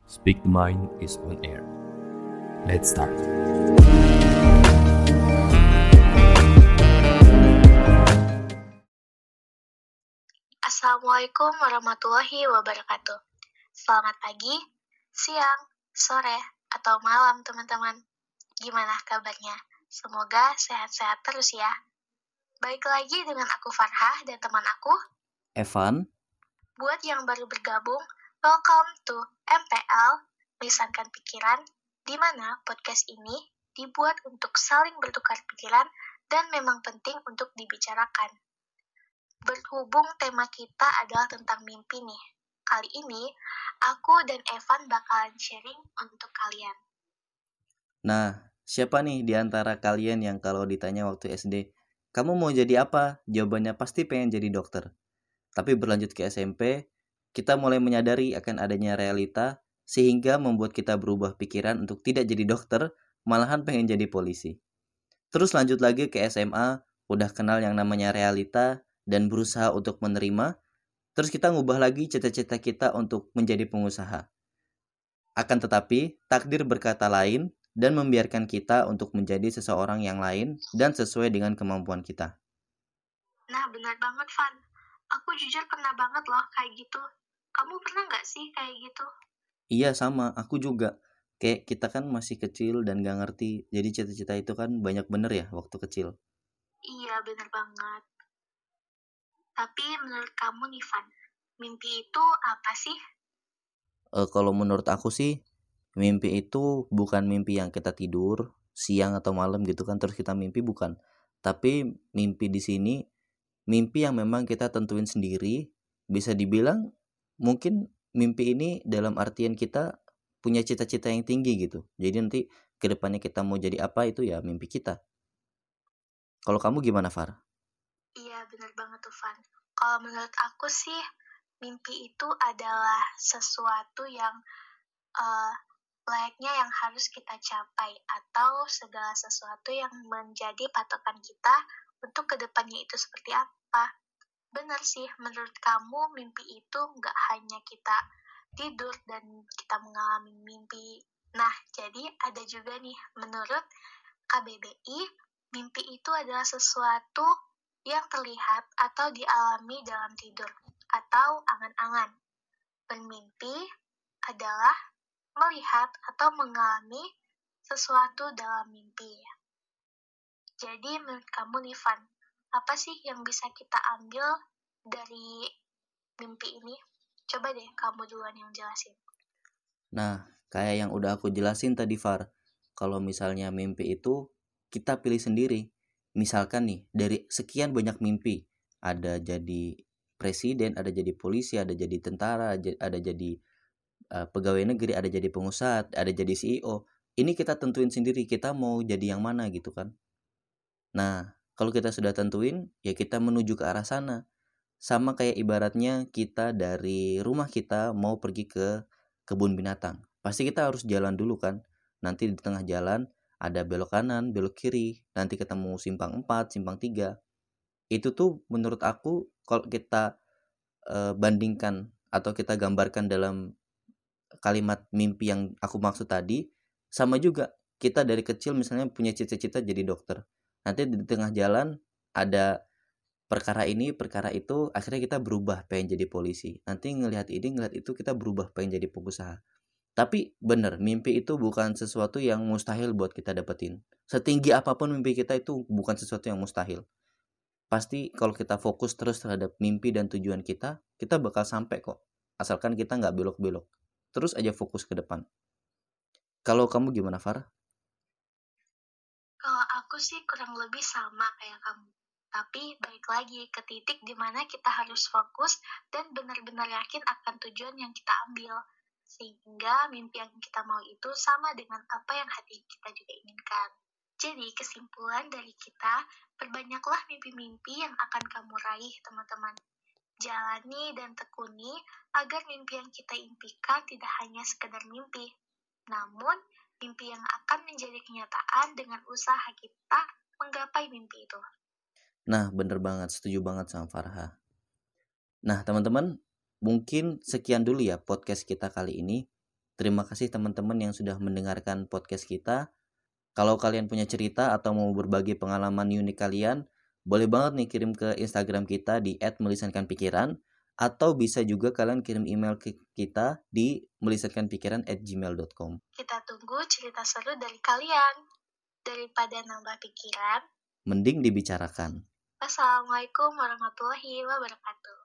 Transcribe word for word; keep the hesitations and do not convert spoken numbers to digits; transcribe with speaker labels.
Speaker 1: Speak the Mind is on air. Let's start.
Speaker 2: Assalamualaikum warahmatullahi wabarakatuh. Selamat pagi, siang, sore, atau malam teman-teman. Gimana kabarnya? Semoga sehat-sehat terus ya. Baik lagi dengan aku Farhah dan teman aku,
Speaker 3: Evan.
Speaker 2: Buat yang baru bergabung, welcome to M P L, Lisankan Pikiran, di mana podcast ini dibuat untuk saling bertukar pikiran dan memang penting untuk dibicarakan. Berhubung tema kita adalah tentang mimpi nih. Kali ini, aku dan Evan bakalan sharing untuk kalian.
Speaker 3: Nah, siapa nih di antara kalian yang kalau ditanya waktu S D, kamu mau jadi apa? Jawabannya pasti pengen jadi dokter. Tapi berlanjut ke S M P, kita mulai menyadari akan adanya realita, sehingga membuat kita berubah pikiran untuk tidak jadi dokter, malahan pengen jadi polisi. Terus lanjut lagi ke S M A, udah kenal yang namanya realita, dan berusaha untuk menerima. Terus kita ngubah lagi cita-cita kita untuk menjadi pengusaha. Akan tetapi, takdir berkata lain dan membiarkan kita untuk menjadi seseorang yang lain dan sesuai dengan kemampuan kita.
Speaker 2: Nah, benar banget, Van. Aku jujur pernah banget loh kayak gitu. Kamu pernah nggak sih kayak gitu?
Speaker 3: Iya sama, aku juga. Kayak kita kan masih kecil dan gak ngerti. Jadi cita-cita itu kan banyak bener ya waktu kecil.
Speaker 2: Iya, benar banget. Tapi menurut kamu nih, Van, mimpi itu apa sih?
Speaker 3: E, kalau menurut aku sih, mimpi itu bukan mimpi yang kita tidur siang atau malam gitu kan terus kita mimpi, bukan. Tapi mimpi di sini mimpi yang memang kita tentuin sendiri. Bisa dibilang mungkin mimpi ini dalam artian kita punya cita-cita yang tinggi gitu. Jadi nanti kedepannya kita mau jadi apa itu ya mimpi kita. Kalau kamu gimana, Far?
Speaker 2: Iya, benar banget tuh, Van. Kalau menurut aku sih, mimpi itu adalah sesuatu yang uh, layaknya yang harus kita capai atau segala sesuatu yang menjadi patokan kita untuk kedepannya itu seperti apa. Benar sih, menurut kamu mimpi itu nggak hanya kita tidur dan kita mengalami mimpi. Nah, jadi ada juga nih, menurut K B B I, mimpi itu adalah sesuatu yang terlihat atau dialami dalam tidur atau angan-angan. Bermimpi adalah melihat atau mengalami sesuatu dalam mimpi. Jadi menurut kamu nih, Van, apa sih yang bisa kita ambil dari mimpi ini? Coba deh kamu duluan yang jelasin.
Speaker 3: Nah, kayak yang udah aku jelasin tadi, Far. Kalau misalnya mimpi itu kita pilih sendiri. Misalkan nih, dari sekian banyak mimpi, ada jadi presiden, ada jadi polisi, ada jadi tentara, ada jadi uh, pegawai negeri, ada jadi pengusaha, ada jadi C E O. Ini kita tentuin sendiri, kita mau jadi yang mana gitu kan. Nah, kalau kita sudah tentuin, ya kita menuju ke arah sana. Sama kayak ibaratnya kita dari rumah kita mau pergi ke kebun binatang. Pasti kita harus jalan dulu kan. Nanti di tengah jalan ada belok kanan, belok kiri, nanti ketemu simpang empat, simpang tiga. Itu tuh menurut aku kalau kita e, bandingkan atau kita gambarkan dalam kalimat mimpi yang aku maksud tadi, sama juga kita dari kecil misalnya punya cita-cita jadi dokter. Nanti di tengah jalan ada perkara ini, perkara itu, akhirnya kita berubah pengen jadi polisi. Nanti ngelihat ini, ngelihat itu, kita berubah pengen jadi pengusaha. Tapi bener, mimpi itu bukan sesuatu yang mustahil buat kita dapetin. Setinggi apapun mimpi kita itu bukan sesuatu yang mustahil. Pasti kalau kita fokus terus terhadap mimpi dan tujuan kita, kita bakal sampai kok. Asalkan kita nggak belok-belok. Terus aja fokus ke depan. Kalau kamu gimana, Farah?
Speaker 2: Kalau aku sih kurang lebih sama kayak kamu. Tapi balik lagi ke titik di mana kita harus fokus dan benar-benar yakin akan tujuan yang kita ambil. Sehingga mimpi yang kita mau itu sama dengan apa yang hati kita juga inginkan. Jadi kesimpulan dari kita, perbanyaklah mimpi-mimpi yang akan kamu raih, teman-teman. Jalani dan tekuni agar mimpi yang kita impikan tidak hanya sekedar mimpi, namun mimpi yang akan menjadi kenyataan dengan usaha kita menggapai mimpi itu.
Speaker 3: Nah, bener banget, setuju banget sama Farha. Nah, teman-teman, mungkin sekian dulu ya podcast kita kali ini. Terima kasih teman-teman yang sudah mendengarkan podcast kita. Kalau kalian punya cerita atau mau berbagi pengalaman unik kalian, boleh banget nih kirim ke Instagram kita di et melisankanpikiran, atau bisa juga kalian kirim email ke kita di melisankanpikiran at gmail dot com.
Speaker 2: Kita tunggu cerita seru dari kalian. Daripada nambah pikiran,
Speaker 3: Mending dibicarakan.
Speaker 2: wassalamualaikum warahmatullahi wabarakatuh.